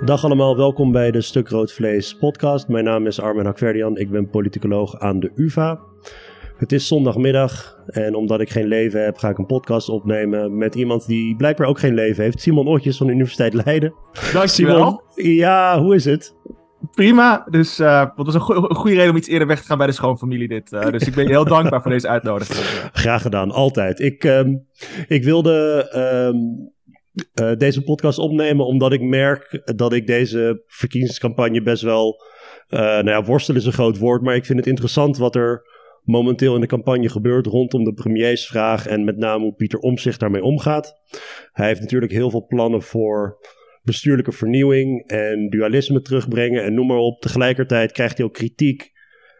Dag allemaal, welkom bij de Stuk Rood Vlees podcast. Mijn naam is Armen Hakverdian, ik ben politicoloog aan de UvA. Het is zondagmiddag en omdat ik geen leven heb, ga ik een podcast opnemen met iemand die blijkbaar ook geen leven heeft. Simon Otjes van de Universiteit Leiden. Dankjewel. Simon, ja, hoe is het? Prima, dus het was een goede reden om iets eerder weg te gaan bij de schoonfamilie dit. Dus ik ben je heel dankbaar voor deze uitnodiging. Graag gedaan, altijd. Ik wilde deze podcast opnemen omdat ik merk dat ik deze verkiezingscampagne best wel... worstelen is een groot woord, maar ik vind het interessant wat er momenteel in de campagne gebeurt rondom de premiersvraag en met name hoe Pieter Omtzigt daarmee omgaat. Hij heeft natuurlijk heel veel plannen voor bestuurlijke vernieuwing en dualisme terugbrengen en noem maar op. Tegelijkertijd krijgt hij ook kritiek,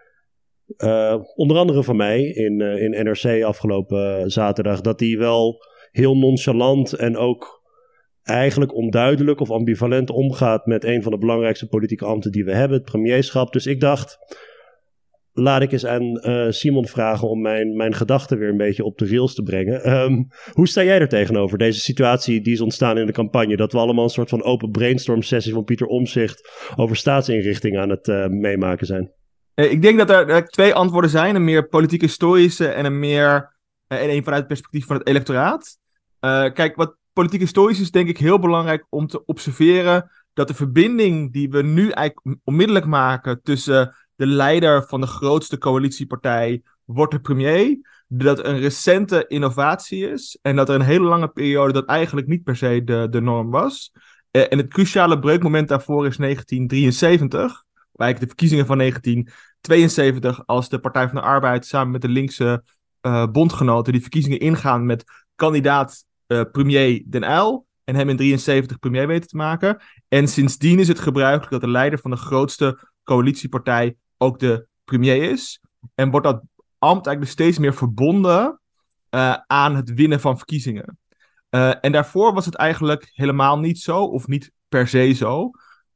onder andere van mij in NRC afgelopen zaterdag, dat hij wel heel nonchalant en ook eigenlijk onduidelijk of ambivalent omgaat met een van de belangrijkste politieke ambten die we hebben, het premierschap. Dus ik dacht, laat ik eens aan Simon vragen om mijn gedachten weer een beetje op de rails te brengen. Hoe sta jij er tegenover, deze situatie die is ontstaan in de campagne, dat we allemaal een soort van open brainstorm sessie van Pieter Omtzigt over staatsinrichting aan het meemaken zijn? Ik denk dat er twee antwoorden zijn, een meer politiek-historische en een vanuit het perspectief van het electoraat. Kijk, wat politiek-historisch is denk ik heel belangrijk om te observeren dat de verbinding die we nu eigenlijk onmiddellijk maken tussen de leider van de grootste coalitiepartij wordt de premier, dat een recente innovatie is en dat er een hele lange periode dat eigenlijk niet per se de norm was. En het cruciale breukmoment daarvoor is 1973, of eigenlijk de verkiezingen van 1972, als de Partij van de Arbeid samen met de linkse bondgenoten die verkiezingen ingaan met kandidaat premier Den Uyl en hem in 1973 premier weten te maken. En sindsdien is het gebruikelijk dat de leider van de grootste coalitiepartij ook de premier is. En wordt dat ambt eigenlijk steeds meer verbonden aan het winnen van verkiezingen. En daarvoor was het eigenlijk helemaal niet zo, of niet per se zo.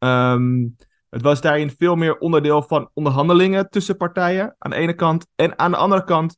Het was daarin veel meer onderdeel van onderhandelingen tussen partijen aan de ene kant. En aan de andere kant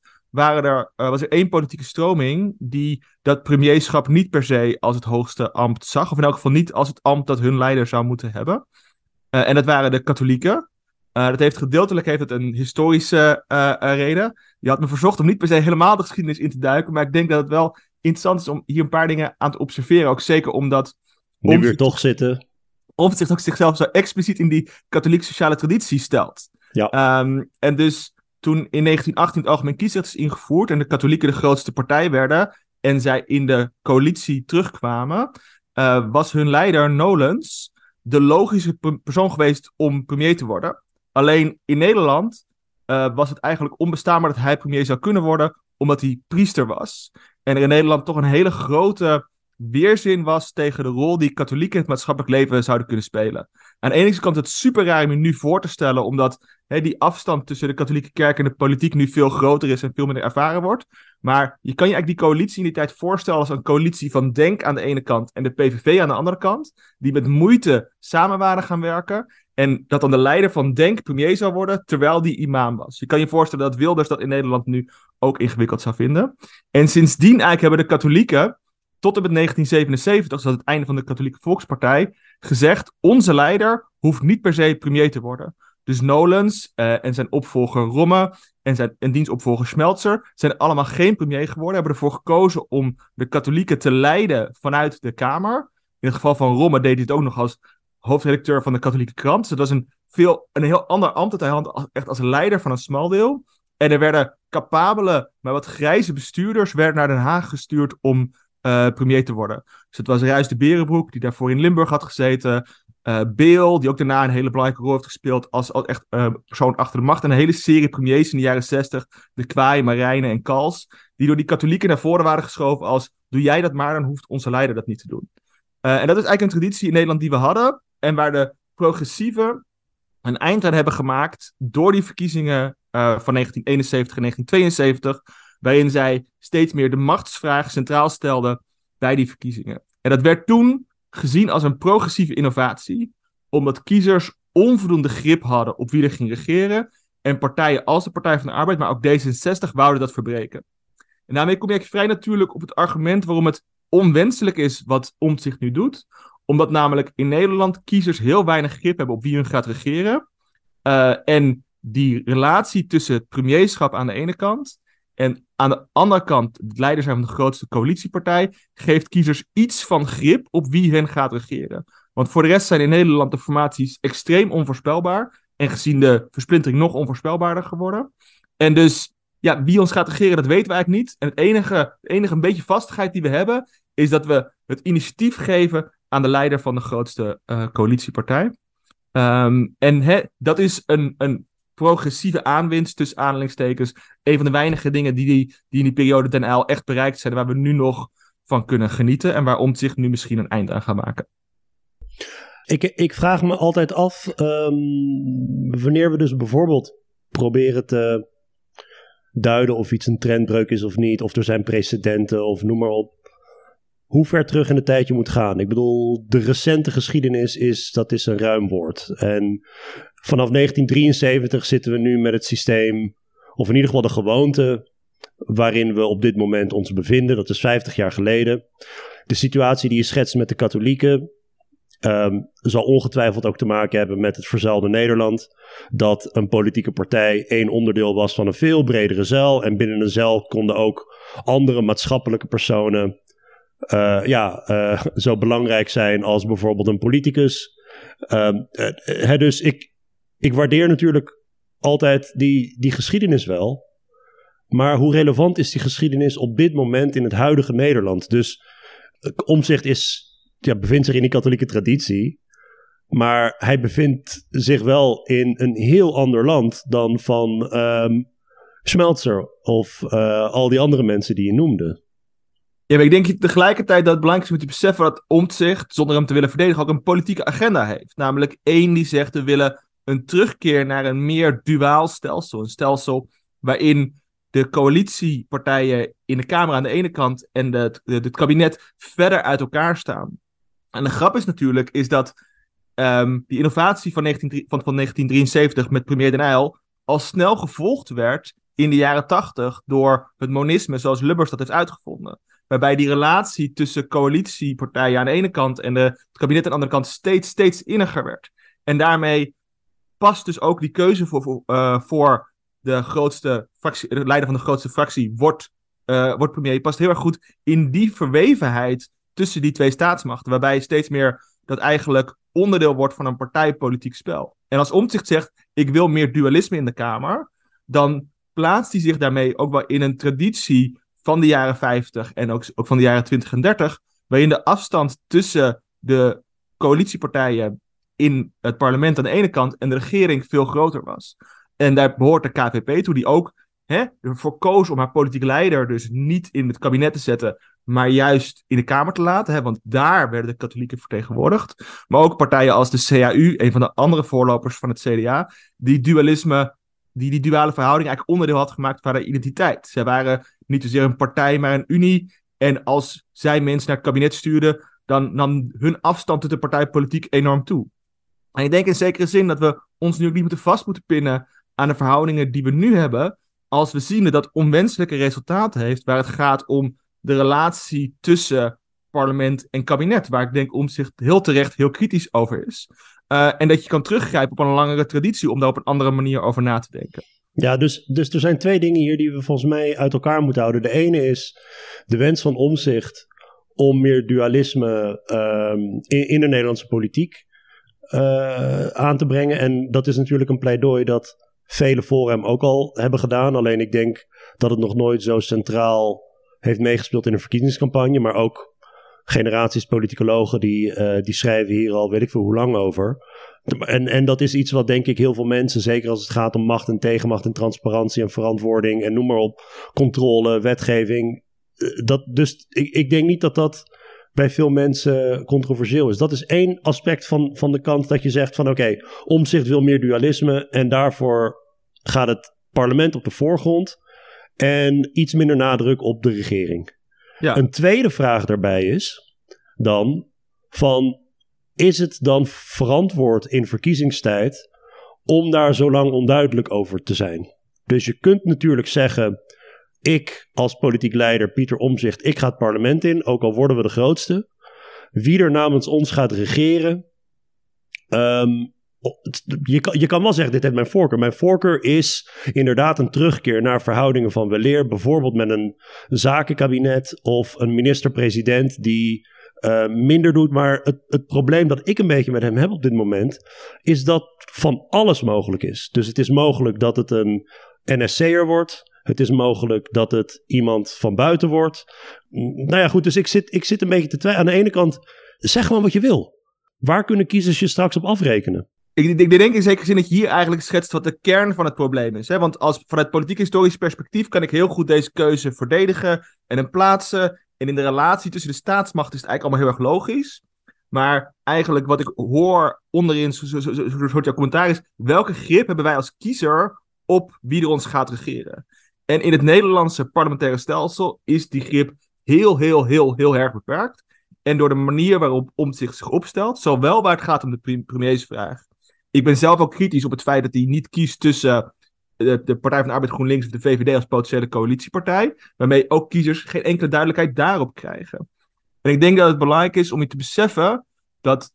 was er één politieke stroming die dat premierschap niet per se als het hoogste ambt zag. Of in elk geval niet als het ambt dat hun leider zou moeten hebben. En dat waren de katholieken. Gedeeltelijk heeft het een historische reden. Je had me verzocht om niet per se helemaal de geschiedenis in te duiken. Maar ik denk dat het wel interessant is om hier een paar dingen aan te observeren. Ook zeker omdat nu weer toch zitten. Omtzigt ook zichzelf zo expliciet in die katholieke sociale traditie stelt. Ja. En dus toen in 1918 het algemeen kiesrecht is ingevoerd en de katholieken de grootste partij werden en zij in de coalitie terugkwamen, was hun leider Nolens de logische persoon geweest om premier te worden. Alleen in Nederland was het eigenlijk onbestaanbaar dat hij premier zou kunnen worden, omdat hij priester was. En er in Nederland toch een hele grote weerzin was tegen de rol die katholieken in het maatschappelijk leven zouden kunnen spelen. Aan de ene kant is het super raar om je nu voor te stellen, omdat die afstand tussen de katholieke kerk en de politiek nu veel groter is en veel minder ervaren wordt. Maar je kan je eigenlijk die coalitie in die tijd voorstellen als een coalitie van Denk aan de ene kant en de PVV aan de andere kant, die met moeite samen waren gaan werken. En dat dan de leider van Denk premier zou worden, terwijl die imam was. Je kan je voorstellen dat Wilders dat in Nederland nu ook ingewikkeld zou vinden. En sindsdien eigenlijk hebben de katholieken tot en met 1977, dus dat het einde van de Katholieke Volkspartij, gezegd, onze leider hoeft niet per se premier te worden. Dus Nolens en zijn opvolger Romme en diens opvolger Schmelzer zijn allemaal geen premier geworden, hebben ervoor gekozen om de katholieken te leiden vanuit de Kamer. In het geval van Romme deed hij het ook nog als hoofdredacteur van de Katholieke Krant. Dus dat was een heel ander ambt dat hij had echt als leider van een smal deel. En er werden capabele, maar wat grijze bestuurders werden naar Den Haag gestuurd om premier te worden. Dus het was Ruijs de Berenbroek, die daarvoor in Limburg had gezeten. Beel, die ook daarna een hele belangrijke rol heeft gespeeld als echt persoon achter de macht. En een hele serie premiers in de jaren 60, de Kwaai, Marijnen en Kals, die door die katholieken naar voren waren geschoven als, doe jij dat maar, dan hoeft onze leider dat niet te doen. En dat is eigenlijk een traditie in Nederland die we hadden, en waar de progressieven een eind aan hebben gemaakt door die verkiezingen van 1971 en 1972, waarin zij steeds meer de machtsvraag centraal stelden bij die verkiezingen. En dat werd toen gezien als een progressieve innovatie, omdat kiezers onvoldoende grip hadden op wie er ging regeren, en partijen als de Partij van de Arbeid, maar ook D66, wouden dat verbreken. En daarmee kom je vrij natuurlijk op het argument waarom het onwenselijk is wat Omtzigt nu doet, Omdat namelijk in Nederland kiezers heel weinig grip hebben op wie hun gaat regeren. En die relatie tussen het premierschap aan de ene kant en aan de andere kant het leider zijn van de grootste coalitiepartij geeft kiezers iets van grip op wie hen gaat regeren. Want voor de rest zijn in Nederland de formaties extreem onvoorspelbaar en gezien de versplintering nog onvoorspelbaarder geworden. En dus, ja, wie ons gaat regeren, dat weten we eigenlijk niet. En de enige een beetje vastigheid die we hebben, is dat we het initiatief geven aan de leider van de grootste coalitiepartij. Dat is een progressieve aanwinst, tussen aanhalingstekens. Een van de weinige dingen die in die periode Den Uyl echt bereikt zijn, waar we nu nog van kunnen genieten en waar Omtzigt nu misschien een eind aan gaat maken. Ik vraag me altijd af, wanneer we dus bijvoorbeeld proberen te duiden of iets een trendbreuk is of niet, of er zijn precedenten of noem maar op, hoe ver terug in de tijd je moet gaan. Ik bedoel, de recente geschiedenis dat is een ruim woord. En vanaf 1973 zitten we nu met het systeem, of in ieder geval de gewoonte, waarin we op dit moment ons bevinden. Dat is 50 jaar geleden. De situatie die je schetst met de katholieken zal ongetwijfeld ook te maken hebben met het verzuilde Nederland. Dat een politieke partij één onderdeel was van een veel bredere zuil. En binnen een zuil konden ook andere maatschappelijke personen zo belangrijk zijn als bijvoorbeeld een politicus. Dus ik waardeer natuurlijk altijd die geschiedenis wel. Maar hoe relevant is die geschiedenis op dit moment in het huidige Nederland? Dus Omtzigt bevindt zich in die katholieke traditie. Maar hij bevindt zich wel in een heel ander land dan van Smeltzer of al die andere mensen die je noemde. Ja, maar ik denk tegelijkertijd dat het belangrijk is om te beseffen dat Omtzigt, zonder hem te willen verdedigen, ook een politieke agenda heeft. Namelijk één die zegt, we willen een terugkeer naar een meer duaal stelsel. Een stelsel waarin de coalitiepartijen in de Kamer aan de ene kant en het kabinet verder uit elkaar staan. En de grap is natuurlijk dat die innovatie van 1973 met premier Den Uyl al snel gevolgd werd in de jaren 80 door het monisme zoals Lubbers dat heeft uitgevonden. Waarbij die relatie tussen coalitiepartijen aan de ene kant en het kabinet aan de andere kant steeds inniger werd. En daarmee past dus ook die keuze voor de grootste fractie, de leider van de grootste fractie wordt premier, past heel erg goed in die verwevenheid tussen die twee staatsmachten, waarbij steeds meer dat eigenlijk onderdeel wordt van een partijpolitiek spel. En als Omtzigt zegt, ik wil meer dualisme in de Kamer, dan plaatst hij zich daarmee ook wel in een traditie van de jaren 50 en ook van de jaren 20 en 30, waarin de afstand tussen de coalitiepartijen in het parlement aan de ene kant en de regering veel groter was. En daar behoort de KVP toe, die ook ervoor koos om haar politieke leider dus niet in het kabinet te zetten, maar juist in de Kamer te laten, want daar werden de katholieken vertegenwoordigd. Maar ook partijen als de CAU, een van de andere voorlopers van het CDA, die duale verhouding eigenlijk onderdeel had gemaakt van haar identiteit. Zij waren niet zozeer een partij, maar een unie. En als zij mensen naar het kabinet stuurden, dan nam hun afstand tot de partijpolitiek enorm toe. En ik denk in zekere zin dat we ons nu ook niet vast moeten pinnen aan de verhoudingen die we nu hebben, als we zien dat dat onwenselijke resultaten heeft, waar het gaat om de relatie tussen parlement en kabinet, waar ik denk Omtzigt heel terecht heel kritisch over is. En dat je kan teruggrijpen op een langere traditie om daar op een andere manier over na te denken. Ja, dus er zijn twee dingen hier die we volgens mij uit elkaar moeten houden. De ene is de wens van Omtzigt om meer dualisme in de Nederlandse politiek aan te brengen. En dat is natuurlijk een pleidooi dat velen voor hem ook al hebben gedaan. Alleen ik denk dat het nog nooit zo centraal heeft meegespeeld in een verkiezingscampagne. Maar ook generaties politicologen die schrijven hier al weet ik veel hoe lang over. En dat is iets wat denk ik heel veel mensen, zeker als het gaat om macht en tegenmacht en transparantie en verantwoording en noem maar op, controle, wetgeving. Dus ik denk niet dat bij veel mensen controversieel is. Dat is één aspect van de kant dat je zegt van oké, Omtzigt wil meer dualisme en daarvoor gaat het parlement op de voorgrond en iets minder nadruk op de regering. Ja. Een tweede vraag daarbij is dan van, is het dan verantwoord in verkiezingstijd om daar zo lang onduidelijk over te zijn? Dus je kunt natuurlijk zeggen, ik als politiek leider Pieter Omtzigt, ik ga het parlement in, ook al worden we de grootste. wie er namens ons gaat regeren. Je kan wel zeggen, dit heeft mijn voorkeur. Mijn voorkeur is inderdaad een terugkeer naar verhoudingen van weleer. Bijvoorbeeld met een zakenkabinet of een minister-president die minder doet. Maar het probleem dat ik een beetje met hem heb op dit moment is dat van alles mogelijk is. Dus het is mogelijk dat het een NSC'er wordt. Het is mogelijk dat het iemand van buiten wordt. Nou ja, goed, dus ik zit een beetje te twijfelen. Aan de ene kant, zeg gewoon wat je wil. Waar kunnen kiezers je straks op afrekenen? Ik denk in zekere zin dat je hier eigenlijk schetst wat de kern van het probleem is. Hè? Want vanuit politiek-historisch perspectief kan ik heel goed deze keuze verdedigen en hem plaatsen. En in de relatie tussen de staatsmacht is het eigenlijk allemaal heel erg logisch. Maar eigenlijk wat ik hoor onderin, soort jouw commentaar is, welke grip hebben wij als kiezer op wie er ons gaat regeren? En in het Nederlandse parlementaire stelsel is die grip heel erg beperkt. En door de manier waarop Omtzigt zich opstelt, zowel waar het gaat om de premiersvraag. Ik ben zelf ook kritisch op het feit dat hij niet kiest tussen de Partij van de Arbeid, GroenLinks of de VVD als potentiële coalitiepartij. Waarmee ook kiezers geen enkele duidelijkheid daarop krijgen. En ik denk dat het belangrijk is om je te beseffen dat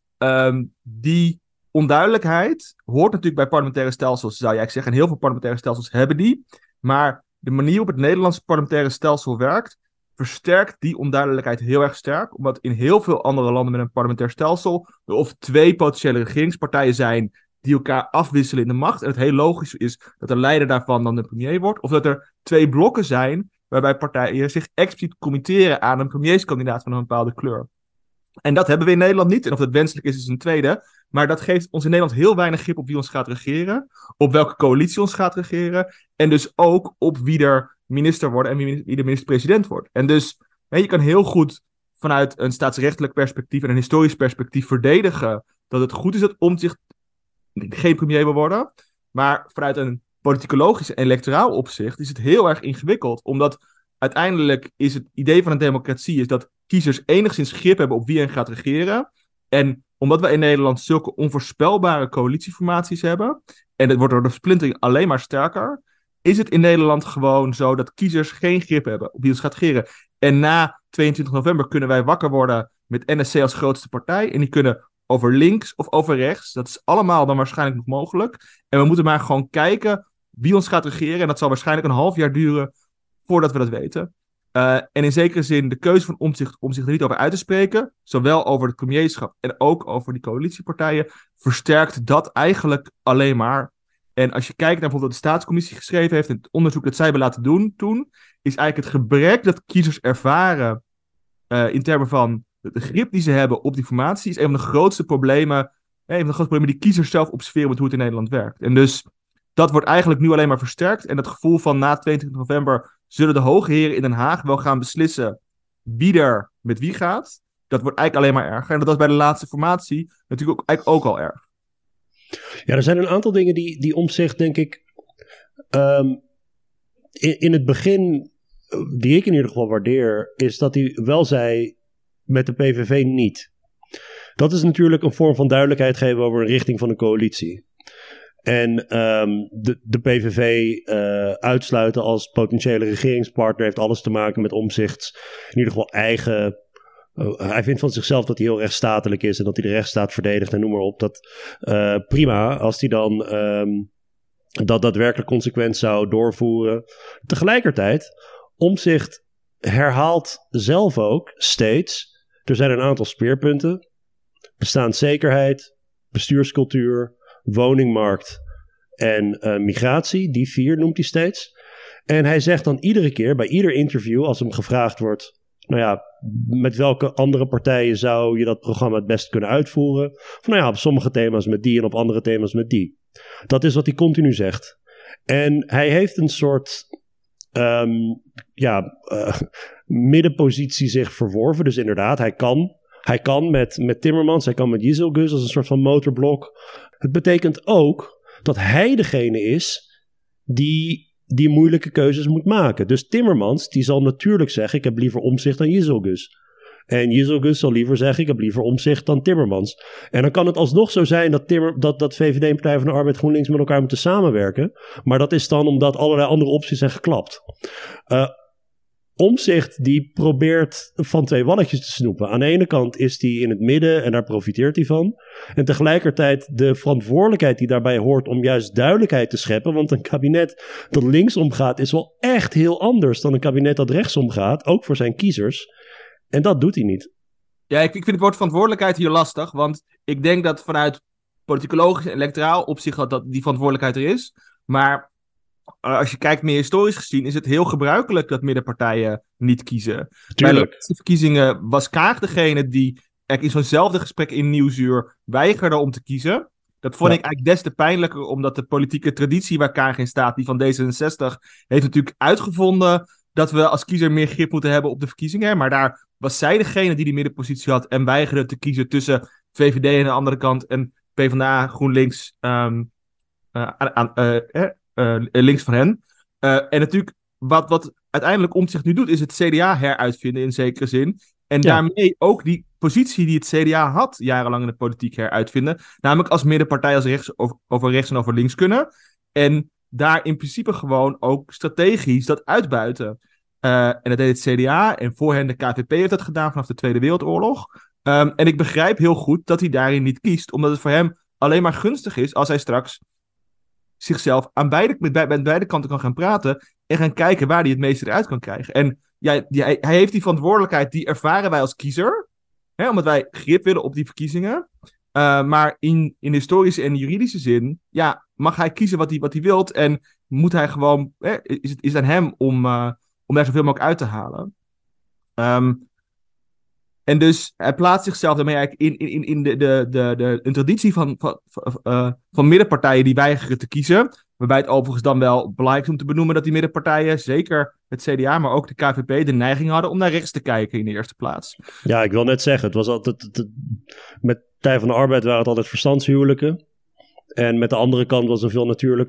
die onduidelijkheid hoort natuurlijk bij parlementaire stelsels, zou jij zeggen. En heel veel parlementaire stelsels hebben die. Maar de manier waarop het Nederlandse parlementaire stelsel werkt, versterkt die onduidelijkheid heel erg sterk. Omdat in heel veel andere landen met een parlementair stelsel er of 2 potentiële regeringspartijen zijn die elkaar afwisselen in de macht. En het heel logisch is dat de leider daarvan dan de premier wordt. Of dat er 2 blokken zijn waarbij partijen zich expliciet committeren aan een premierskandidaat van een bepaalde kleur. En dat hebben we in Nederland niet. En of dat wenselijk is een tweede. Maar dat geeft ons in Nederland heel weinig grip op wie ons gaat regeren. Op welke coalitie ons gaat regeren. En dus ook op wie er minister wordt en wie de minister-president wordt. En dus je kan heel goed vanuit een staatsrechtelijk perspectief en een historisch perspectief verdedigen dat het goed is dat Omtzigt geen premier wil worden. Maar vanuit een politicologisch en electoraal opzicht is het heel erg ingewikkeld. Omdat uiteindelijk is het idee van een democratie is dat kiezers enigszins grip hebben op wie hen gaat regeren. En omdat we in Nederland zulke onvoorspelbare coalitieformaties hebben, en het wordt door de splintering alleen maar sterker, is het in Nederland gewoon zo dat kiezers geen grip hebben op wie ons gaat regeren. En na 22 november kunnen wij wakker worden met NSC als grootste partij. En die kunnen over links of over rechts. Dat is allemaal dan waarschijnlijk nog mogelijk. En we moeten maar gewoon kijken wie ons gaat regeren. En dat zal waarschijnlijk een half jaar duren voordat we dat weten. En in zekere zin de keuze van Omtzigt om zich er niet over uit te spreken, zowel over het premierschap en ook over die coalitiepartijen, versterkt dat eigenlijk alleen maar. En als je kijkt naar bijvoorbeeld wat de Staatscommissie geschreven heeft en het onderzoek dat zij hebben laten doen toen, is eigenlijk het gebrek dat kiezers ervaren in termen van de grip die ze hebben op die formatie, is een van de grootste problemen, die kiezers zelf observeren met hoe het in Nederland werkt. En dus dat wordt eigenlijk nu alleen maar versterkt. En dat gevoel van na 22 november zullen de hoge heren in Den Haag wel gaan beslissen wie er met wie gaat. Dat wordt eigenlijk alleen maar erger. En dat was bij de laatste formatie natuurlijk eigenlijk ook al erg. Ja, er zijn een aantal dingen die Omtzigt, denk ik, in het begin, die ik in ieder geval waardeer, is dat hij wel zei met de PVV niet. Dat is natuurlijk een vorm van duidelijkheid geven over een richting van een coalitie. En de PVV uitsluiten als potentiële regeringspartner heeft alles te maken met Omtzigts in ieder geval eigen. Hij vindt van zichzelf dat hij heel rechtsstatelijk is en dat hij de rechtsstaat verdedigt en noem maar op. Dat prima als hij dan dat daadwerkelijk consequent zou doorvoeren. Tegelijkertijd, Omtzigt herhaalt zelf ook steeds, er zijn een aantal speerpunten. Bestaanszekerheid, bestuurscultuur, woningmarkt en migratie. Die 4 noemt hij steeds. En hij zegt dan iedere keer bij ieder interview, als hem gevraagd wordt, nou ja, met welke andere partijen zou je dat programma het best kunnen uitvoeren? Van nou ja, op sommige thema's met die en op andere thema's met die. Dat is wat hij continu zegt. En hij heeft een soort middenpositie zich verworven. Dus inderdaad, hij kan met Timmermans, hij kan met Jezelgus als een soort van motorblok. Het betekent ook dat hij degene is die moeilijke keuzes moet maken. Dus Timmermans, die zal natuurlijk zeggen, ik heb liever Omtzigt dan Jezelgus. En Jezelgus zal liever zeggen, ik heb liever Omtzigt dan Timmermans. En dan kan het alsnog zo zijn dat VVD en Partij van de Arbeid GroenLinks met elkaar moeten samenwerken. Maar dat is dan omdat allerlei andere opties zijn geklapt. Omtzigt die probeert van twee walletjes te snoepen. Aan de ene kant is hij in het midden en daar profiteert hij van. En tegelijkertijd de verantwoordelijkheid die daarbij hoort om juist duidelijkheid te scheppen. Want een kabinet dat linksom gaat is wel echt heel anders dan een kabinet dat rechtsom gaat. Ook voor zijn kiezers. En dat doet hij niet. Ja, ik vind het woord verantwoordelijkheid hier lastig. Want ik denk dat vanuit politicologisch en electoraal opzicht dat die verantwoordelijkheid er is. Maar als je kijkt meer historisch gezien, is het heel gebruikelijk dat middenpartijen niet kiezen. Tuurlijk. Bij de laatste verkiezingen was Kaag degene die in zo'nzelfde gesprek in Nieuwsuur weigerde om te kiezen. Dat vond ik eigenlijk des te pijnlijker, omdat de politieke traditie waar Kaag in staat, die van D66, heeft natuurlijk uitgevonden dat we als kiezer meer grip moeten hebben op de verkiezingen. Maar daar was zij degene die middenpositie had en weigerde te kiezen tussen VVD aan de andere kant en PvdA, GroenLinks, links van hen. En natuurlijk, wat uiteindelijk Omtzigt nu doet, is het CDA heruitvinden in zekere zin. En daarmee ook die positie die het CDA had jarenlang in de politiek heruitvinden. Namelijk als middenpartij als over rechts en over links kunnen. En daar in principe gewoon ook strategisch dat uitbuiten. En dat deed het CDA en voor hen de KVP heeft dat gedaan vanaf de Tweede Wereldoorlog. En ik begrijp heel goed dat hij daarin niet kiest. Omdat het voor hem alleen maar gunstig is als hij straks zichzelf met beide kanten kan gaan praten en gaan kijken waar hij het meeste eruit kan krijgen. En hij heeft die verantwoordelijkheid, die ervaren wij als kiezer, omdat wij grip willen op die verkiezingen. Maar in historische en juridische zin, mag hij kiezen wat hij wilt en moet hij gewoon, is het aan hem om daar zoveel mogelijk uit te halen. En dus hij plaatst zichzelf daarmee eigenlijk in een traditie van middenpartijen die weigeren te kiezen. Waarbij het overigens dan wel belangrijk is om te benoemen dat die middenpartijen, zeker het CDA, maar ook de KVP, de neiging hadden om naar rechts te kijken in de eerste plaats. Ja, ik wil net zeggen, het was altijd, met Partij van de Arbeid waren het altijd verstandshuwelijken. En met de andere kant was er veel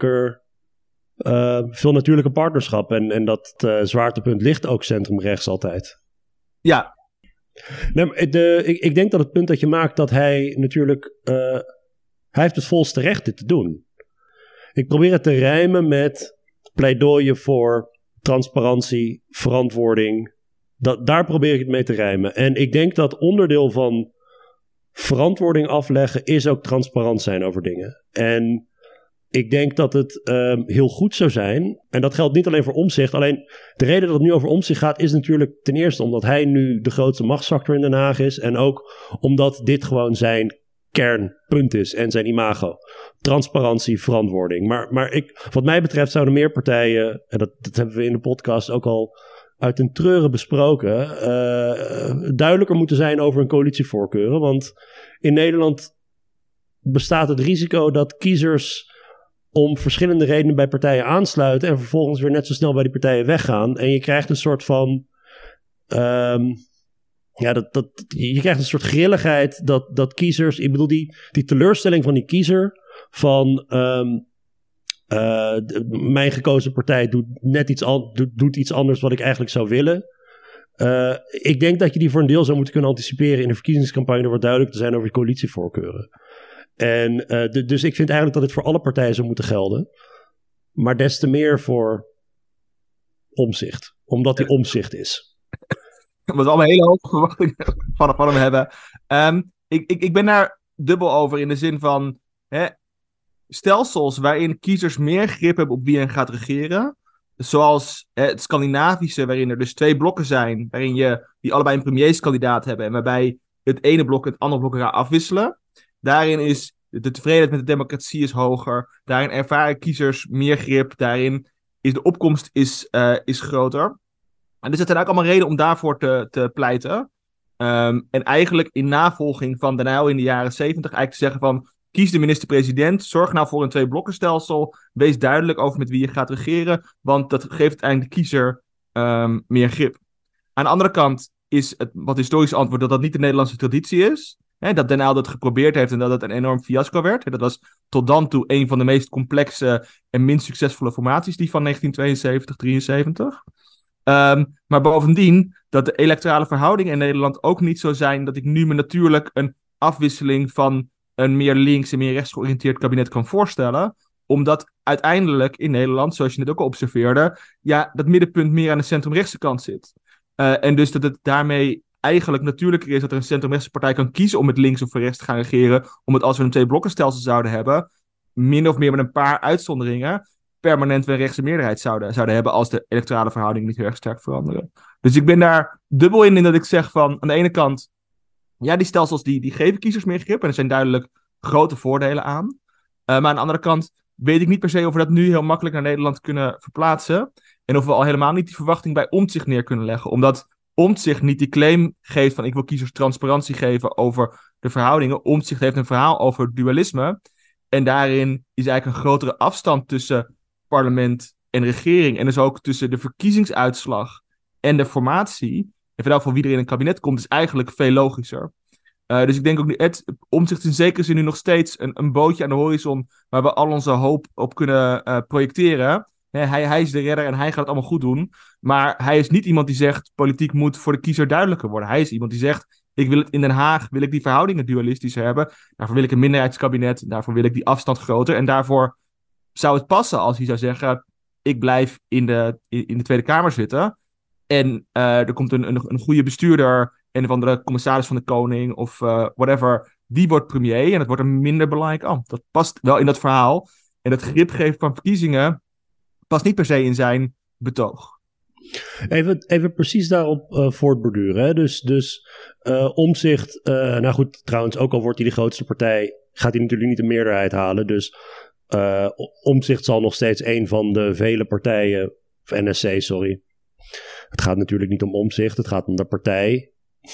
natuurlijke partnerschap. En dat zwaartepunt ligt ook centrum-rechts altijd. Ja. Nee, ik denk dat het punt dat je maakt dat hij natuurlijk, hij heeft het volste recht dit te doen. Ik probeer het te rijmen met pleidooien voor transparantie, verantwoording. Daar probeer ik het mee te rijmen. En ik denk dat onderdeel van verantwoording afleggen is ook transparant zijn over dingen. En ik denk dat het heel goed zou zijn, en dat geldt niet alleen voor Omtzigt, alleen de reden dat het nu over Omtzigt gaat is natuurlijk ten eerste omdat hij nu de grootste machtsfactor in Den Haag is en ook omdat dit gewoon zijn kernpunt is en zijn imago. Transparantie, verantwoording. Maar wat mij betreft zouden meer partijen, en dat hebben we in de podcast ook al uit den treuren besproken, duidelijker moeten zijn over hun coalitievoorkeuren. Want in Nederland bestaat het risico dat kiezers om verschillende redenen bij partijen aansluiten en vervolgens weer net zo snel bij die partijen weggaan. En je krijgt een soort van je krijgt een soort grilligheid dat kiezers, ik bedoel die teleurstelling van die kiezer van mijn gekozen partij doet iets anders wat ik eigenlijk zou willen. Ik denk dat je die voor een deel zou moeten kunnen anticiperen in de verkiezingscampagne door wat duidelijk te zijn over je coalitievoorkeuren. En dus ik vind eigenlijk dat dit voor alle partijen zou moeten gelden. Maar des te meer voor Omtzigt. Omdat hij Omtzigt is. Omdat we allemaal hele hoge verwachtingen van hem hebben. Ik ben daar dubbel over in de zin van stelsels waarin kiezers meer grip hebben op wie hen gaat regeren. Zoals het Scandinavische, waarin er dus twee blokken zijn, waarin die allebei een premierskandidaat hebben en waarbij het ene blok het andere blok elkaar afwisselen. Daarin is de tevredenheid met de democratie is hoger. Daarin ervaren kiezers meer grip. Daarin is de opkomst is groter. En dus het zijn ook allemaal redenen om daarvoor te pleiten. En eigenlijk in navolging van Den Uyl in de jaren 70 eigenlijk te zeggen van kies de minister-president, zorg nou voor een twee-blokkenstelsel, wees duidelijk over met wie je gaat regeren, want dat geeft uiteindelijk de kiezer meer grip. Aan de andere kant is het wat historisch antwoord dat dat niet de Nederlandse traditie is. Dat Den Uyl dat geprobeerd heeft en dat het een enorm fiasco werd. Dat was tot dan toe een van de meest complexe en minst succesvolle formaties, die van 1972, 73. Maar bovendien dat de electorale verhoudingen in Nederland ook niet zo zijn dat ik nu me natuurlijk een afwisseling van een meer links en meer rechts georiënteerd kabinet kan voorstellen. Omdat uiteindelijk in Nederland, zoals je net ook al observeerde, dat middenpunt meer aan de centrumrechtse kant zit. En dus dat het daarmee eigenlijk natuurlijker is dat er een centrumrechtse partij kan kiezen om met links of rechts te gaan regeren, omdat als we een twee-blokkenstelsel zouden hebben, min of meer met een paar uitzonderingen, permanent weer een rechtse meerderheid zouden hebben als de electorale verhoudingen niet heel erg sterk veranderen. Dus ik ben daar dubbel in dat ik zeg van, aan de ene kant, ja, die stelsels die geven kiezers meer grip en er zijn duidelijk grote voordelen aan. Maar aan de andere kant weet ik niet per se of we dat nu heel makkelijk naar Nederland kunnen verplaatsen en of we al helemaal niet die verwachting bij Omtzigt neer kunnen leggen, omdat Omtzigt niet die claim geeft van ik wil kiezers transparantie geven over de verhoudingen. Omtzigt heeft een verhaal over dualisme en daarin is eigenlijk een grotere afstand tussen parlement en regering en dus ook tussen de verkiezingsuitslag en de formatie, en vooral voor wie er in een kabinet komt, is eigenlijk veel logischer. Dus ik denk ook, Omtzigt is in zekere zin nu nog steeds een bootje aan de horizon waar we al onze hoop op kunnen projecteren. Hij is de redder en hij gaat het allemaal goed doen. Maar hij is niet iemand die zegt, politiek moet voor de kiezer duidelijker worden. Hij is iemand die zegt, ik wil het in Den Haag, wil ik die verhoudingen dualistischer hebben. Daarvoor wil ik een minderheidskabinet, daarvoor wil ik die afstand groter. En daarvoor zou het passen als hij zou zeggen, ik blijf in de Tweede Kamer zitten. En er komt een goede bestuurder, een van de commissaris van de koning of whatever, die wordt premier en het wordt een minder belangrijk ambt. Dat past wel in dat verhaal. En dat grip geven van verkiezingen past niet per se in zijn betoog. Even precies daarop voortborduren. Hè? Dus Omtzigt, nou goed, trouwens, ook al wordt hij de grootste partij, gaat hij natuurlijk niet de meerderheid halen. Dus Omtzigt zal nog steeds een van de vele partijen, of NSC, sorry. Het gaat natuurlijk niet om Omtzigt, het gaat om de partij.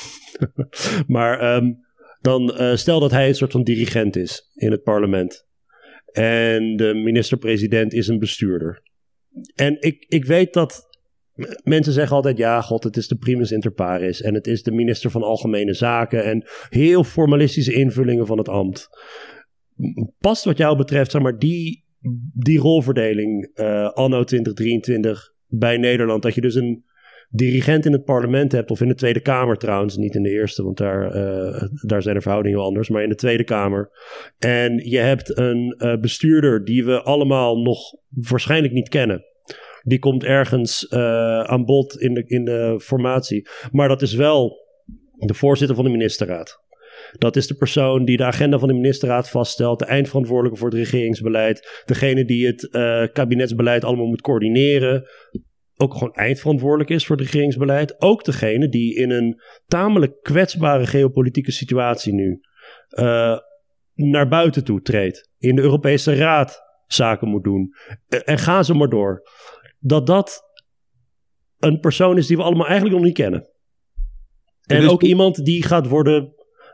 Maar dan stel dat hij een soort van dirigent is in het parlement. En de minister-president is een bestuurder. En ik weet dat mensen zeggen altijd, ja, god, het is de primus inter pares. En het is de minister van Algemene Zaken. En heel formalistische invullingen van het ambt. Past wat jou betreft, zeg maar, die rolverdeling anno 2023 bij Nederland. Dat je dus een dirigent in het parlement hebt, of in de Tweede Kamer trouwens, niet in de Eerste, want daar zijn de verhoudingen wel anders, maar in de Tweede Kamer. En je hebt een bestuurder die we allemaal nog waarschijnlijk niet kennen. Die komt ergens aan bod in de formatie. Maar dat is wel de voorzitter van de ministerraad. Dat is de persoon die de agenda van de ministerraad vaststelt, de eindverantwoordelijke voor het regeringsbeleid, degene die het kabinetsbeleid allemaal moet coördineren, ook gewoon eindverantwoordelijk is voor het regeringsbeleid. Ook degene die in een tamelijk kwetsbare geopolitieke situatie nu naar buiten toe treedt. In de Europese Raad zaken moet doen. En ga zo maar door. Dat een persoon is die we allemaal eigenlijk nog niet kennen. En dus ook iemand die gaat worden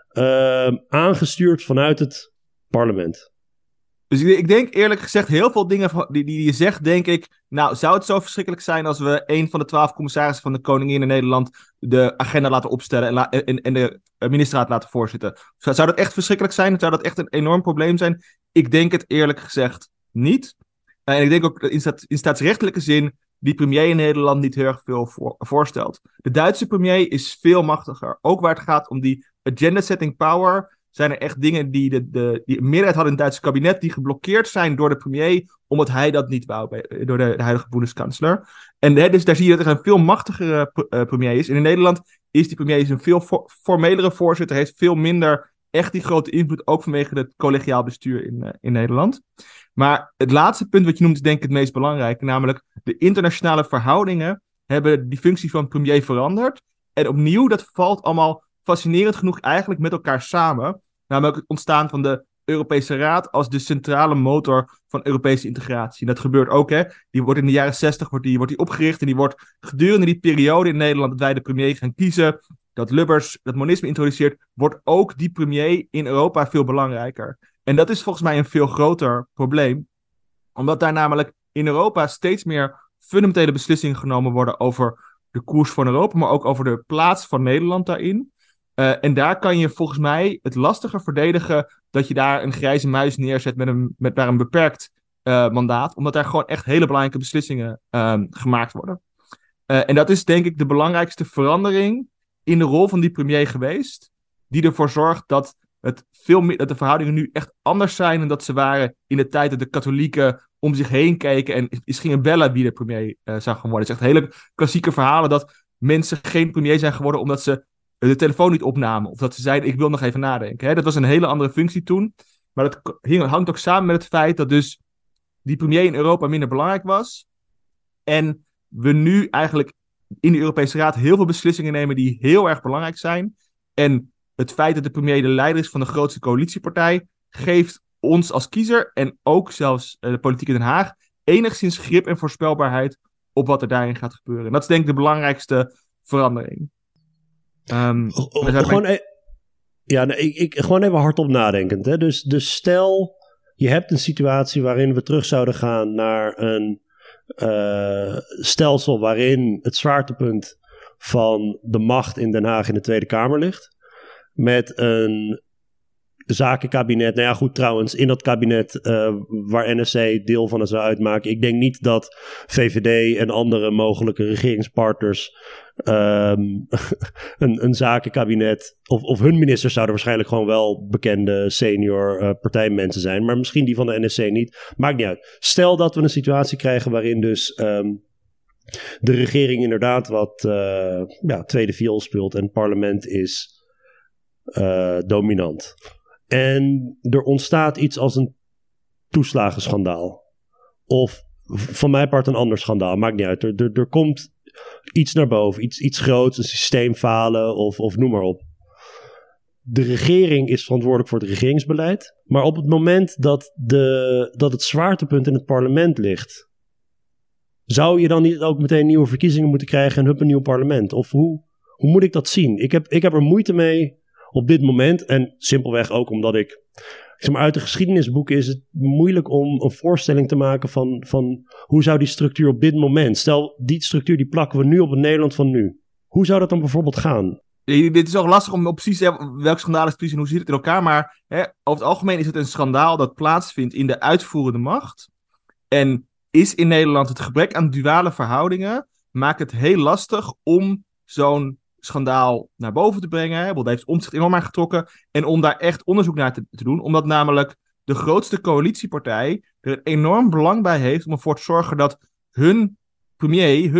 aangestuurd vanuit het parlement. Dus ik denk eerlijk gezegd, heel veel dingen die je zegt, denk ik, nou, zou het zo verschrikkelijk zijn als we een van de 12 commissarissen van de koningin in Nederland de agenda laten opstellen en de ministerraad laten voorzitten? Zou dat echt verschrikkelijk zijn? Zou dat echt een enorm probleem zijn? Ik denk het eerlijk gezegd niet. En ik denk ook dat in staatsrechtelijke zin die premier in Nederland niet heel erg veel voorstelt. De Duitse premier is veel machtiger. Ook waar het gaat om die agenda-setting power, zijn er echt dingen die die een meerderheid hadden in het Duitse kabinet, die geblokkeerd zijn door de premier, omdat hij dat niet wou, door de huidige Bundeskanzler. En dus daar zie je dat er een veel machtigere premier is. En in Nederland is die premier een veel formelere voorzitter, heeft veel minder echt die grote invloed, ook vanwege het collegiaal bestuur in Nederland. Maar het laatste punt wat je noemt is denk ik het meest belangrijke, namelijk de internationale verhoudingen hebben die functie van premier veranderd. En opnieuw, dat valt allemaal fascinerend genoeg eigenlijk met elkaar samen. Namelijk het ontstaan van de Europese Raad als de centrale motor van Europese integratie. En dat gebeurt ook, hè. Die wordt in de jaren 60 wordt die opgericht en die wordt gedurende die periode in Nederland dat wij de premier gaan kiezen, dat Lubbers dat monisme introduceert, wordt ook die premier in Europa veel belangrijker. En dat is volgens mij een veel groter probleem, omdat daar namelijk in Europa steeds meer fundamentele beslissingen genomen worden over de koers van Europa, maar ook over de plaats van Nederland daarin. En daar kan je volgens mij het lastiger verdedigen dat je daar een grijze muis neerzet met daar een beperkt mandaat, omdat daar gewoon echt hele belangrijke beslissingen gemaakt worden. En dat is denk ik de belangrijkste verandering in de rol van die premier geweest, die ervoor zorgt dat dat de verhoudingen nu echt anders zijn dan dat ze waren in de tijd dat de katholieken om zich heen keken en eens gingen bellen wie de premier zou gaan worden. Het is echt hele klassieke verhalen dat mensen geen premier zijn geworden omdat ze de telefoon niet opnamen. Of dat ze zeiden, ik wil nog even nadenken. Hè? Dat was een hele andere functie toen. Maar dat hangt ook samen met het feit dat dus die premier in Europa minder belangrijk was. En we nu eigenlijk in de Europese Raad heel veel beslissingen nemen die heel erg belangrijk zijn. En het feit dat de premier de leider is van de grootste coalitiepartij geeft ons als kiezer en ook zelfs de politiek in Den Haag enigszins grip en voorspelbaarheid op wat er daarin gaat gebeuren. En dat is denk ik de belangrijkste verandering. Gewoon even hardop nadenkend. Hè? Dus stel, je hebt een situatie waarin we terug zouden gaan naar een stelsel waarin het zwaartepunt van de macht in Den Haag in de Tweede Kamer ligt. Met een zakenkabinet. Nou ja, goed, trouwens, in dat kabinet waar NSC deel van zou uitmaken. Ik denk niet dat VVD en andere mogelijke regeringspartners een zakenkabinet of hun ministers zouden waarschijnlijk gewoon wel bekende senior partijmensen zijn. Maar misschien die van de NSC niet. Maakt niet uit. Stel dat we een situatie krijgen waarin dus de regering inderdaad wat tweede viool speelt en het parlement is dominant. En er ontstaat iets als een toeslagenschandaal. Of van mijn part een ander schandaal. Maakt niet uit. Er komt iets naar boven. Iets groots. Een systeemfalen of noem maar op. De regering is verantwoordelijk voor het regeringsbeleid. Maar op het moment dat het zwaartepunt in het parlement ligt, zou je dan niet ook meteen nieuwe verkiezingen moeten krijgen en een nieuw parlement? Of hoe moet ik dat zien? Ik heb er moeite mee op dit moment. En simpelweg ook omdat ik zeg maar, uit de geschiedenisboeken is het moeilijk om een voorstelling te maken van hoe zou die structuur op dit moment. Stel, die structuur die plakken we nu op het Nederland van nu. Hoe zou dat dan bijvoorbeeld gaan? Dit is ook lastig om precies te zeggen welk schandaal is precies en hoe zit het in elkaar. Maar over het algemeen is het een schandaal dat plaatsvindt in de uitvoerende macht. En is in Nederland het gebrek aan duale verhoudingen maakt het heel lastig om zo'n schandaal naar boven te brengen. Daar heeft Omtzigt enorm aan getrokken. En om daar echt onderzoek naar te doen. Omdat namelijk de grootste coalitiepartij er een enorm belang bij heeft om ervoor te zorgen dat hun premier,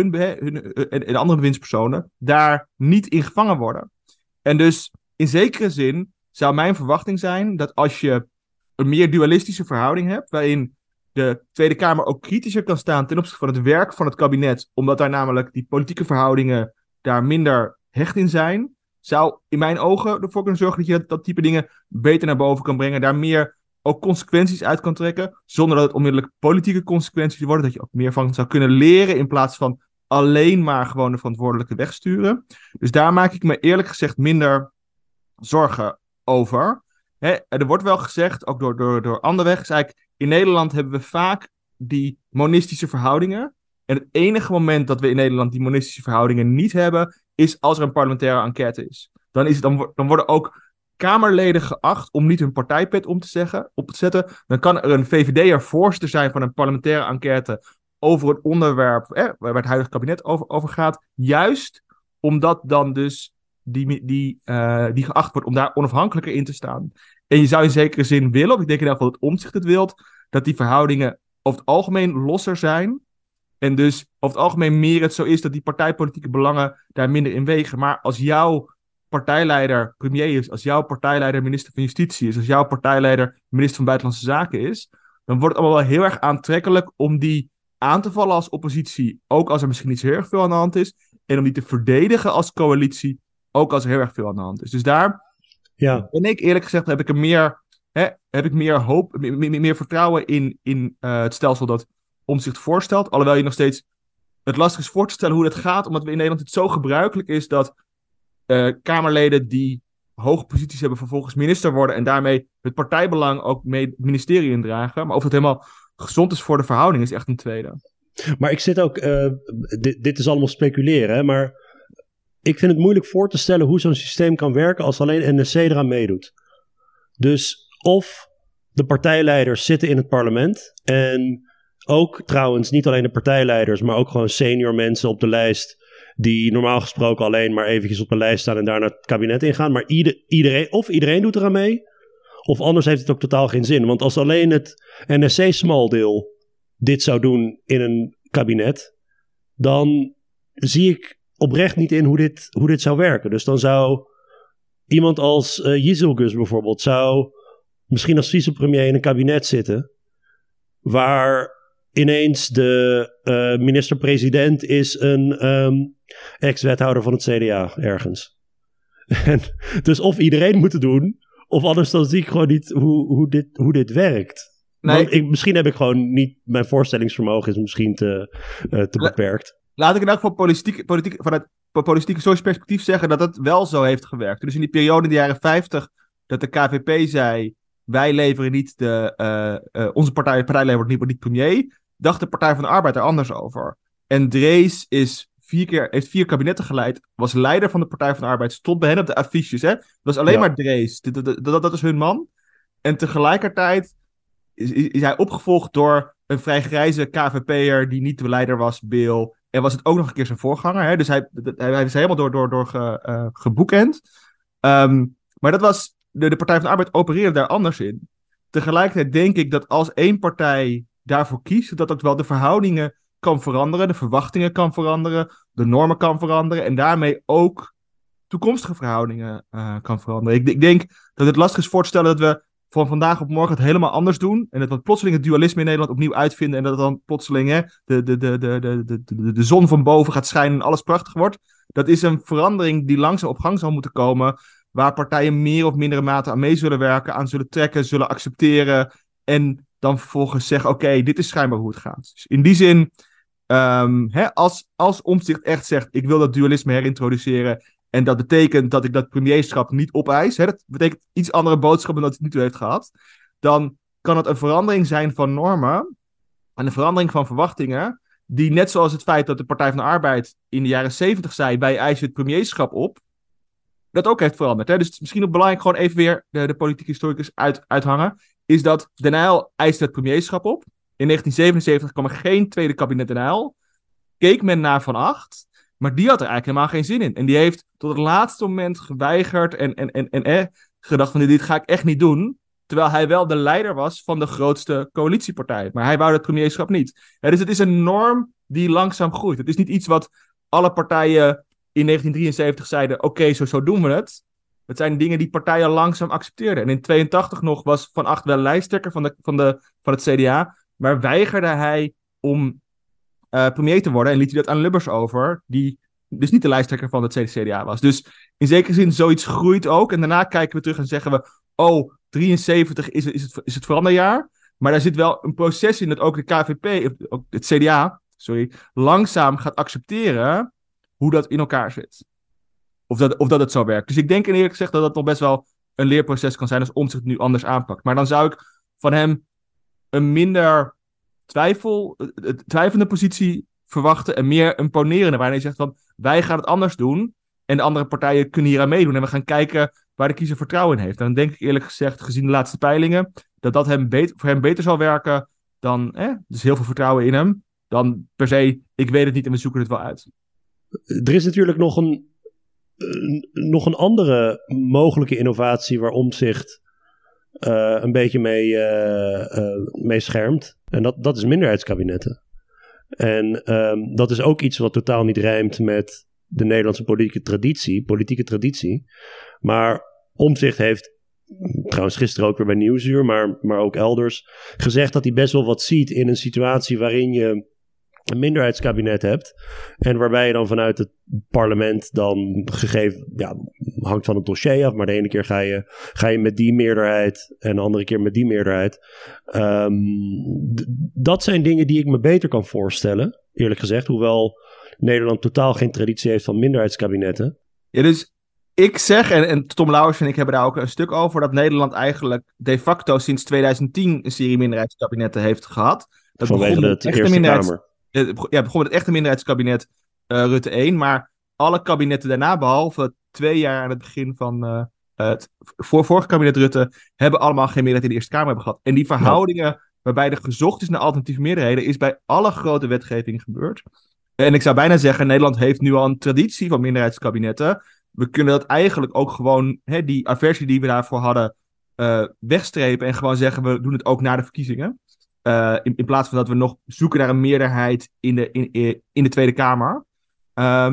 en andere bewindspersonen daar niet in gevangen worden. En dus in zekere zin zou mijn verwachting zijn dat als je een meer dualistische verhouding hebt, waarin de Tweede Kamer ook kritischer kan staan ten opzichte van het werk van het kabinet, omdat daar namelijk die politieke verhoudingen daar minder hecht in zijn, zou in mijn ogen ervoor kunnen zorgen dat je dat type dingen beter naar boven kan brengen, daar meer ook consequenties uit kan trekken, zonder dat het onmiddellijk politieke consequenties worden, dat je ook meer van zou kunnen leren in plaats van alleen maar gewoon de verantwoordelijke weg sturen. Dus daar maak ik me eerlijk gezegd minder zorgen over. Er wordt wel gezegd, ook door Anderweg, is eigenlijk in Nederland hebben we vaak die monistische verhoudingen. En het enige moment dat we in Nederland die monistische verhoudingen niet hebben, is als er een parlementaire enquête is. Dan worden ook Kamerleden geacht om niet hun partijpet op te zetten. Dan kan er een VVD'er voorzitter zijn van een parlementaire enquête over het onderwerp waar het huidige kabinet over gaat. Juist omdat dan dus die geacht wordt om daar onafhankelijker in te staan. En je zou in zekere zin willen, of ik denk in ieder geval dat Omtzigt het wilt, dat die verhoudingen over het algemeen losser zijn. En dus over het algemeen meer het zo is dat die partijpolitieke belangen daar minder in wegen. Maar als jouw partijleider premier is, als jouw partijleider minister van Justitie is, als jouw partijleider minister van Buitenlandse Zaken is, dan wordt het allemaal wel heel erg aantrekkelijk om die aan te vallen als oppositie, ook als er misschien niet zo heel erg veel aan de hand is, en om die te verdedigen als coalitie, ook als er heel erg veel aan de hand is. Dus daar ben ik eerlijk gezegd, heb ik meer hoop, meer vertrouwen in het stelsel dat Omtzigt voorstelt, alhoewel je nog steeds het lastig is voor te stellen hoe dat gaat, omdat we in Nederland het zo gebruikelijk is dat Kamerleden die hoge posities hebben vervolgens minister worden en daarmee het partijbelang ook mee het ministerie indragen. Maar of het helemaal gezond is voor de verhouding is echt een tweede. Maar ik zit ook, dit is allemaal speculeren, hè, maar ik vind het moeilijk voor te stellen hoe zo'n systeem kan werken als alleen NSC eraan meedoet. Dus of de partijleiders zitten in het parlement en ook trouwens niet alleen de partijleiders, maar ook gewoon senior mensen op de lijst die normaal gesproken alleen maar eventjes op de lijst staan en daarna het kabinet ingaan. Maar iedereen doet eraan mee, of anders heeft het ook totaal geen zin. Want als alleen het NSC-smaldeel dit zou doen in een kabinet, dan zie ik oprecht niet in hoe dit zou werken. Dus dan zou iemand als Yildiz bijvoorbeeld zou misschien als vicepremier in een kabinet zitten waar ineens de minister-president is een ex-wethouder van het CDA ergens. En dus of iedereen moet het doen, of anders dan zie ik gewoon niet hoe dit werkt. Nee. Misschien heb ik gewoon niet, mijn voorstellingsvermogen is misschien te beperkt. Laat ik in elk geval vanuit politieke social perspectief zeggen dat het wel zo heeft gewerkt. Dus in die periode in de jaren 50 dat de KVP zei, wij leveren niet onze partijleider wordt niet premier, dacht de Partij van de Arbeid er anders over. En Drees heeft 4 kabinetten geleid, was leider van de Partij van de Arbeid, stond bij hen op de affiches. Hè? Dat was alleen maar Drees. Dat is hun man. En tegelijkertijd is hij opgevolgd door een vrij grijze KVP'er die niet de leider was, Bill. En was het ook nog een keer zijn voorganger. Hè? Dus hij is helemaal door geboekend. Maar dat was de Partij van de Arbeid opereerde daar anders in. Tegelijkertijd denk ik dat als één partij daarvoor kiest, dat wel de verhoudingen kan veranderen, de verwachtingen kan veranderen, de normen kan veranderen en daarmee ook toekomstige verhoudingen kan veranderen. Ik denk dat het lastig is voor te stellen dat we van vandaag op morgen het helemaal anders doen en dat we plotseling het dualisme in Nederland opnieuw uitvinden en dat het dan plotseling de zon van boven gaat schijnen en alles prachtig wordt. Dat is een verandering die langzaam op gang zal moeten komen, waar partijen meer of mindere mate aan mee zullen werken, aan zullen trekken, zullen accepteren en dan vervolgens zeggen, oké, dit is schijnbaar hoe het gaat. Dus in die zin, als Omtzigt echt zegt, ik wil dat dualisme herintroduceren en dat betekent dat ik dat premierschap niet opeis, dat betekent iets andere boodschap dan dat hij het nu heeft gehad, dan kan het een verandering zijn van normen en een verandering van verwachtingen, die net zoals het feit dat de Partij van de Arbeid in de jaren 70 zei, wij eisen het premierschap op, dat ook heeft veranderd. Hè? Dus het is misschien ook belangrijk gewoon even weer de politieke historicus uithangen, is dat Den Uyl eiste het premierschap op. In 1977 kwam er geen tweede kabinet Den Uyl. Keek men naar Van Agt, maar die had er eigenlijk helemaal geen zin in. En die heeft tot het laatste moment geweigerd en gedacht van dit ga ik echt niet doen. Terwijl hij wel de leider was van de grootste coalitiepartij. Maar hij wou het premierschap niet. Ja, dus het is een norm die langzaam groeit. Het is niet iets wat alle partijen in 1973 zeiden, oké, zo doen we het. Het zijn dingen die partijen langzaam accepteerden. En in 1982 nog was Van Agt wel lijsttrekker van het CDA, maar weigerde hij om premier te worden en liet hij dat aan Lubbers over, die dus niet de lijsttrekker van het CDA was. Dus in zekere zin, zoiets groeit ook. En daarna kijken we terug en zeggen we, 73 is het veranderjaar. Maar daar zit wel een proces in dat ook de KVP, ook het CDA, langzaam gaat accepteren hoe dat in elkaar zit. Of dat het zo werkt. Dus ik denk eerlijk gezegd dat dat nog best wel een leerproces kan zijn als Omtzigt het nu anders aanpakt. Maar dan zou ik van hem een minder twijfelende positie verwachten en meer een ponerende, waarin hij zegt van wij gaan het anders doen en de andere partijen kunnen hier aan meedoen en we gaan kijken waar de kiezer vertrouwen in heeft. En dan denk ik eerlijk gezegd, gezien de laatste peilingen, dat voor hem beter zal werken dan, dus heel veel vertrouwen in hem, dan per se, ik weet het niet en we zoeken het wel uit. Er is natuurlijk nog een andere mogelijke innovatie waar Omtzigt een beetje mee schermt. En dat is minderheidskabinetten. En dat is ook iets wat totaal niet rijmt met de Nederlandse politieke traditie. Maar Omtzigt heeft, trouwens gisteren ook weer bij Nieuwsuur, maar ook elders, gezegd dat hij best wel wat ziet in een situatie waarin je een minderheidskabinet hebt en waarbij je dan vanuit het parlement dan gegeven, hangt van het dossier af, maar de ene keer ga je met die meerderheid en de andere keer met die meerderheid. Dat zijn dingen die ik me beter kan voorstellen, eerlijk gezegd, hoewel Nederland totaal geen traditie heeft van minderheidskabinetten. Ja, dus ik zeg, en Tom Lauwers en ik hebben daar ook een stuk over, dat Nederland eigenlijk de facto sinds 2010 een serie minderheidskabinetten heeft gehad. Dat vanwege de Eerste Kamer. Ja, begon met het echte minderheidskabinet Rutte 1, maar alle kabinetten daarna, behalve 2 jaar aan het begin van het vorige kabinet Rutte, hebben allemaal geen meerderheid in de Eerste Kamer hebben gehad. En die verhoudingen waarbij er gezocht is naar alternatieve meerderheden, is bij alle grote wetgeving gebeurd. En ik zou bijna zeggen, Nederland heeft nu al een traditie van minderheidskabinetten. We kunnen dat eigenlijk ook gewoon, die aversie die we daarvoor hadden, wegstrepen en gewoon zeggen, we doen het ook na de verkiezingen. In plaats van dat we nog zoeken naar een meerderheid in de Tweede Kamer.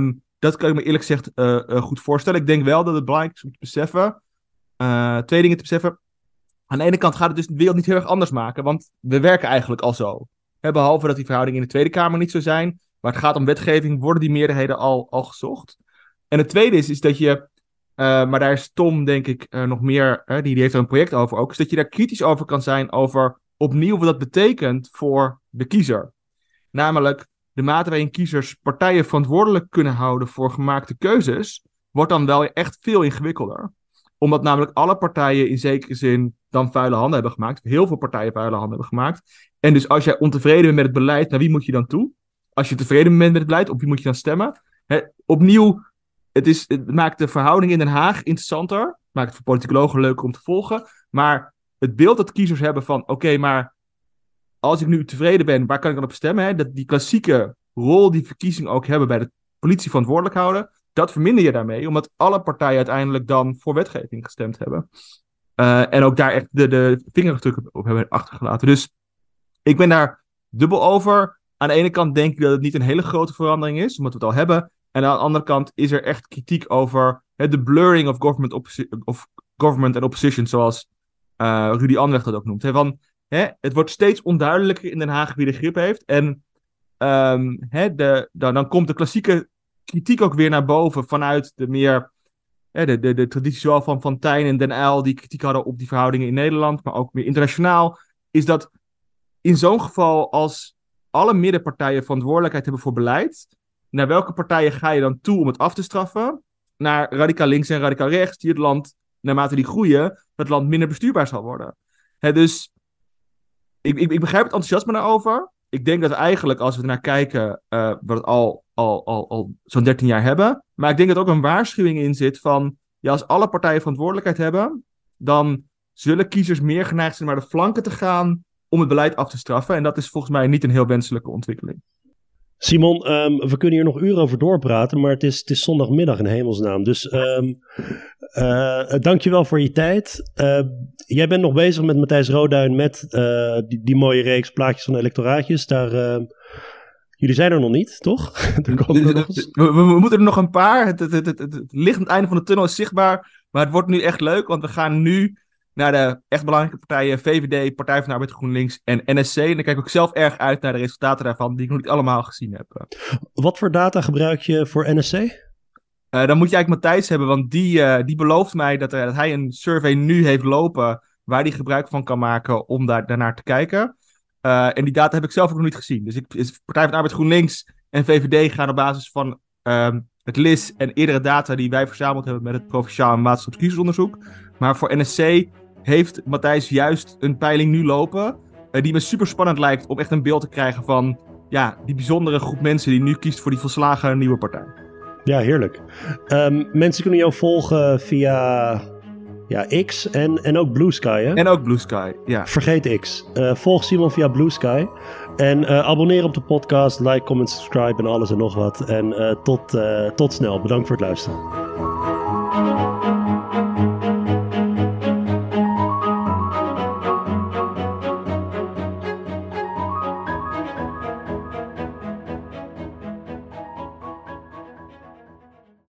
Dat kan ik me eerlijk gezegd goed voorstellen. Ik denk wel dat het belangrijk is om te beseffen. 2 dingen te beseffen. Aan de ene kant gaat het dus de wereld niet heel erg anders maken. Want we werken eigenlijk al zo. Behalve dat die verhoudingen in de Tweede Kamer niet zo zijn. Maar het gaat om wetgeving. Worden die meerderheden al gezocht? En het tweede is dat je... maar daar is Tom denk ik nog meer... die heeft er een project over ook. Is dat je daar kritisch over kan zijn over opnieuw wat dat betekent voor de kiezer. Namelijk de mate waarin kiezers partijen verantwoordelijk kunnen houden voor gemaakte keuzes, wordt dan wel echt veel ingewikkelder. Omdat namelijk alle partijen in zekere zin dan vuile handen hebben gemaakt. Heel veel partijen vuile handen hebben gemaakt. En dus als jij ontevreden bent met het beleid, naar wie moet je dan toe? Als je tevreden bent met het beleid, op wie moet je dan stemmen? Opnieuw, het maakt de verhouding in Den Haag interessanter. Maakt het voor politicologen leuker om te volgen. Maar het beeld dat kiezers hebben van, oké, maar als ik nu tevreden ben, waar kan ik dan op stemmen? Dat die klassieke rol die verkiezingen ook hebben bij de politie verantwoordelijk houden, dat verminder je daarmee, omdat alle partijen uiteindelijk dan voor wetgeving gestemd hebben. En ook daar echt de vingerafdrukken op hebben achtergelaten. Dus ik ben daar dubbel over. Aan de ene kant denk ik dat het niet een hele grote verandering is, omdat we het al hebben. En aan de andere kant is er echt kritiek over de blurring of government and opposition, zoals Rudy André dat ook noemt. Het wordt steeds onduidelijker in Den Haag wie de grip heeft. En dan komt de klassieke kritiek ook weer naar boven vanuit de meer de traditie zowel van Tijn en Den Uyl, die kritiek hadden op die verhoudingen in Nederland, maar ook meer internationaal, is dat in zo'n geval als alle middenpartijen verantwoordelijkheid hebben voor beleid, naar welke partijen ga je dan toe om het af te straffen? Naar radicaal links en radicaal rechts, die het land, naarmate die groeien, het land minder bestuurbaar zal worden. Dus ik begrijp het enthousiasme daarover. Ik denk dat eigenlijk, als we ernaar kijken, we het al zo'n 13 jaar hebben. Maar ik denk dat er ook een waarschuwing in zit van, ja, als alle partijen verantwoordelijkheid hebben, dan zullen kiezers meer geneigd zijn naar de flanken te gaan om het beleid af te straffen. En dat is volgens mij niet een heel wenselijke ontwikkeling. Simon, we kunnen hier nog uren over doorpraten, maar het is zondagmiddag in hemelsnaam. Dus dankjewel voor je tijd. Jij bent nog bezig met Matthijs Roduin met die mooie reeks plaatjes van electoraatjes. Jullie zijn er nog niet, toch? We moeten er nog een paar. Het licht aan het einde van de tunnel is zichtbaar, maar het wordt nu echt leuk, want we gaan nu naar de echt belangrijke partijen VVD, Partij van de Arbeid, GroenLinks en NSC. En dan kijk ik ook zelf erg uit naar de resultaten daarvan, die ik nog niet allemaal gezien heb. Wat voor data gebruik je voor NSC? Dan moet je eigenlijk Matthijs hebben, want die belooft mij dat hij een survey nu heeft lopen waar hij gebruik van kan maken om daarnaar te kijken. En die data heb ik zelf ook nog niet gezien. Dus Partij van de Arbeid, GroenLinks en VVD gaan op basis van het LIS en eerdere data die wij verzameld hebben met het Provinciaal en Waterschapskiezersonderzoek. Maar voor NSC heeft Matthijs juist een peiling nu lopen die me super spannend lijkt om echt een beeld te krijgen van die bijzondere groep mensen die nu kiest voor die volslagen nieuwe partij. Ja, heerlijk. Mensen kunnen jou volgen via X en ook Blue Sky, hè? En ook Blue Sky, ja. Vergeet X. Volg Simon via Blue Sky. En abonneer op de podcast, like, comment, subscribe en alles en nog wat. En tot snel. Bedankt voor het luisteren.